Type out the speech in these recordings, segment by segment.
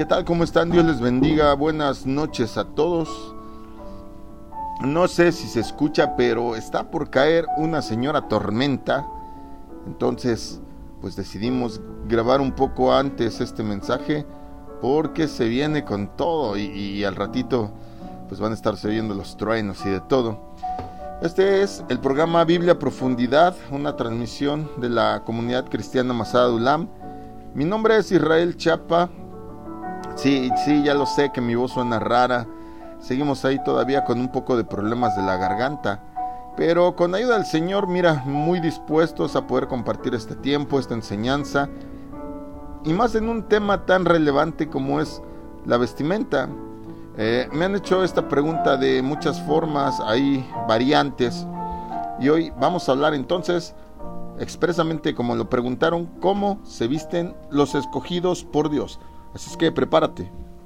¿Qué tal? ¿Cómo están? Dios les bendiga. Buenas noches a todos. No sé si se escucha, pero está por caer una señora tormenta. Entonces, pues decidimos grabar un poco antes este mensaje porque se viene con todo y al ratito pues van a estarse oyendo los truenos y de todo. Este es el programa Biblia Profundidad, una transmisión de la comunidad cristiana Masada de Ulam. Mi nombre es Israel Chapa. Sí, ya lo sé que mi voz suena rara. Seguimos ahí todavía con un poco de problemas de la garganta, pero con ayuda del Señor, mira, muy dispuestos a poder compartir este tiempo, esta enseñanza, y más en un tema tan relevante como es la vestimenta. Me han hecho esta pregunta de muchas formas, hay variantes, y hoy vamos a hablar entonces, expresamente como lo preguntaron, cómo se visten los escogidos por Dios. Así es que prepárate.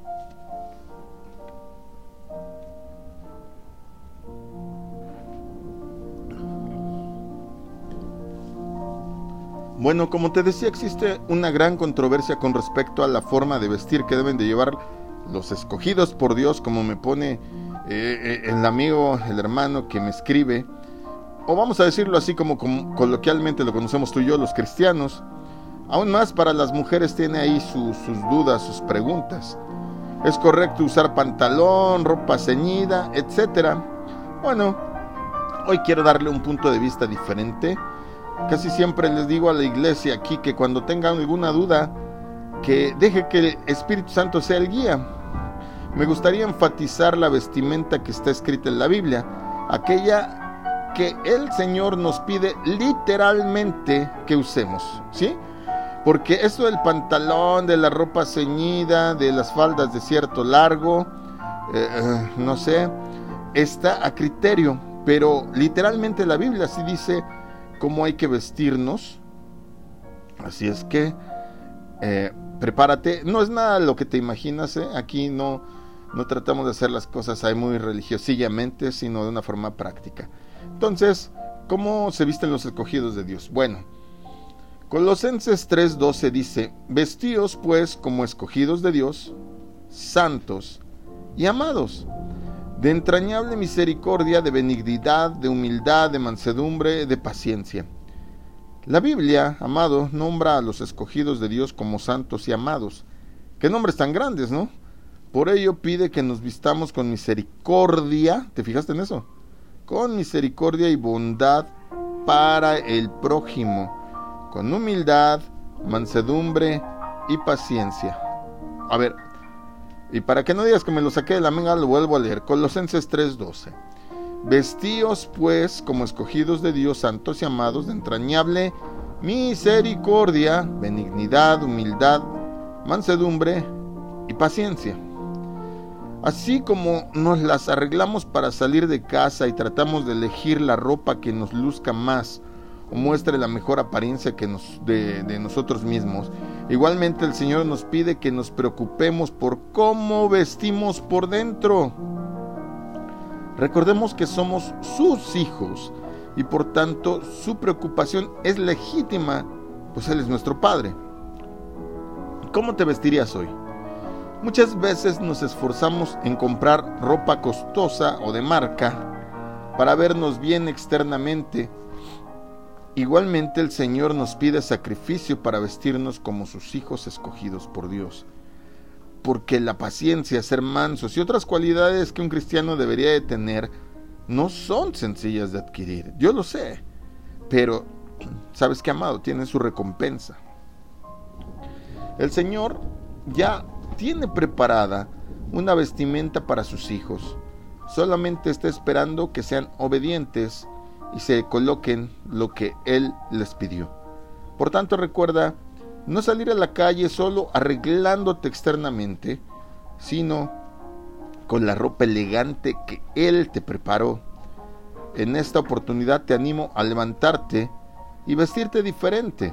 Bueno, como te decía, existe una gran controversia con respecto a la forma de vestir que deben de llevar los escogidos por Dios, como me pone el amigo, el hermano que me escribe, o vamos a decirlo así como coloquialmente lo conocemos tú y yo, los cristianos. Aún más para las mujeres tiene ahí sus dudas, sus preguntas. ¿Es correcto usar pantalón, ropa ceñida, etcétera? Bueno, hoy quiero darle un punto de vista diferente. Casi siempre les digo a la iglesia aquí que cuando tengan alguna duda, que deje que el Espíritu Santo sea el guía. Me gustaría enfatizar la vestimenta que está escrita en la Biblia, aquella que el Señor nos pide literalmente que usemos, ¿sí? Porque eso del pantalón, de la ropa ceñida, de las faldas de cierto largo, no sé, está a criterio, pero literalmente la Biblia sí dice cómo hay que vestirnos. Así es que prepárate, no es nada lo que te imaginas, aquí no tratamos de hacer las cosas ahí muy religiosamente, sino de una forma práctica. Entonces, ¿cómo se visten los escogidos de Dios? Bueno, Colosenses 3:12 dice: vestíos pues como escogidos de Dios, santos y amados, de entrañable misericordia, de benignidad, de humildad, de mansedumbre, de paciencia. La Biblia, amado, nombra a los escogidos de Dios como santos y amados. Qué nombres tan grandes, ¿no? Por ello pide que nos vistamos con misericordia, ¿te fijaste en eso? Con misericordia y bondad para el prójimo, con humildad, mansedumbre y paciencia. A ver, y para que no digas que me lo saqué de la manga, lo vuelvo a leer. Colosenses 3:12. Vestíos pues como escogidos de Dios, santos y amados, de entrañable misericordia, benignidad, humildad, mansedumbre y paciencia. Así como nos las arreglamos para salir de casa y tratamos de elegir la ropa que nos luzca más o muestre la mejor apariencia de nosotros mismos, igualmente el Señor nos pide que nos preocupemos por cómo vestimos por dentro. Recordemos que somos sus hijos y por tanto su preocupación es legítima, pues Él es nuestro Padre. ¿Cómo te vestirías hoy? Muchas veces nos esforzamos en comprar ropa costosa o de marca para vernos bien externamente. Igualmente el Señor nos pide sacrificio para vestirnos como sus hijos escogidos por Dios. Porque la paciencia, ser mansos y otras cualidades que un cristiano debería de tener no son sencillas de adquirir. Yo lo sé, pero ¿sabes qué, amado? Tiene su recompensa. El Señor ya tiene preparada una vestimenta para sus hijos. Solamente está esperando que sean obedientes y se coloquen lo que Él les pidió. Por tanto, recuerda no salir a la calle solo arreglándote externamente, sino con la ropa elegante que Él te preparó. En esta oportunidad te animo a levantarte y vestirte diferente.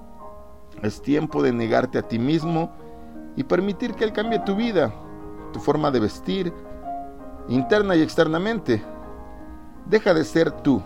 Es tiempo de negarte a ti mismo y permitir que Él cambie tu vida, tu forma de vestir, interna y externamente. Deja de ser tú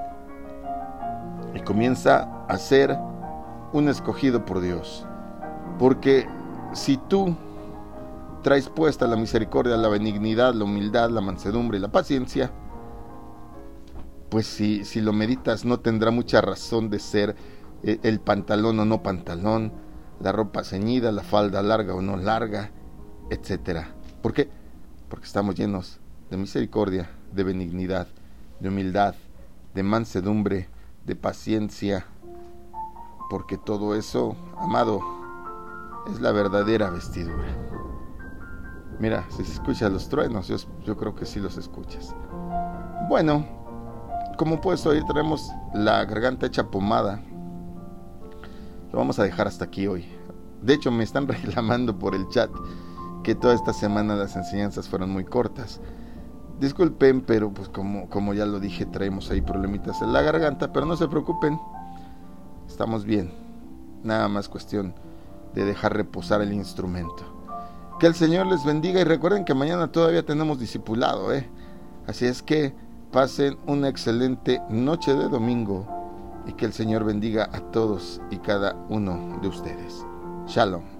y comienza a ser un escogido por Dios. Porque si tú traes puesta la misericordia, la benignidad, la humildad, la mansedumbre y la paciencia, pues si lo meditas no tendrá mucha razón de ser el pantalón o no pantalón, la ropa ceñida, la falda larga o no larga, etcétera. ¿Por qué? Porque estamos llenos de misericordia, de benignidad, de humildad, de mansedumbre, de paciencia, porque todo eso, amado, es la verdadera vestidura. Mira, si se escuchan los truenos, yo creo que sí los escuchas. Bueno, como puedes oír, tenemos la garganta hecha pomada. Lo vamos a dejar hasta aquí hoy. De hecho, me están reclamando por el chat que toda esta semana las enseñanzas fueron muy cortas. Disculpen, pero pues como ya lo dije, traemos ahí problemitas en la garganta, pero no se preocupen, estamos bien. Nada más cuestión de dejar reposar el instrumento. Que el Señor les bendiga y recuerden que mañana todavía tenemos discipulado, Así es que pasen una excelente noche de domingo y que el Señor bendiga a todos y cada uno de ustedes. Shalom.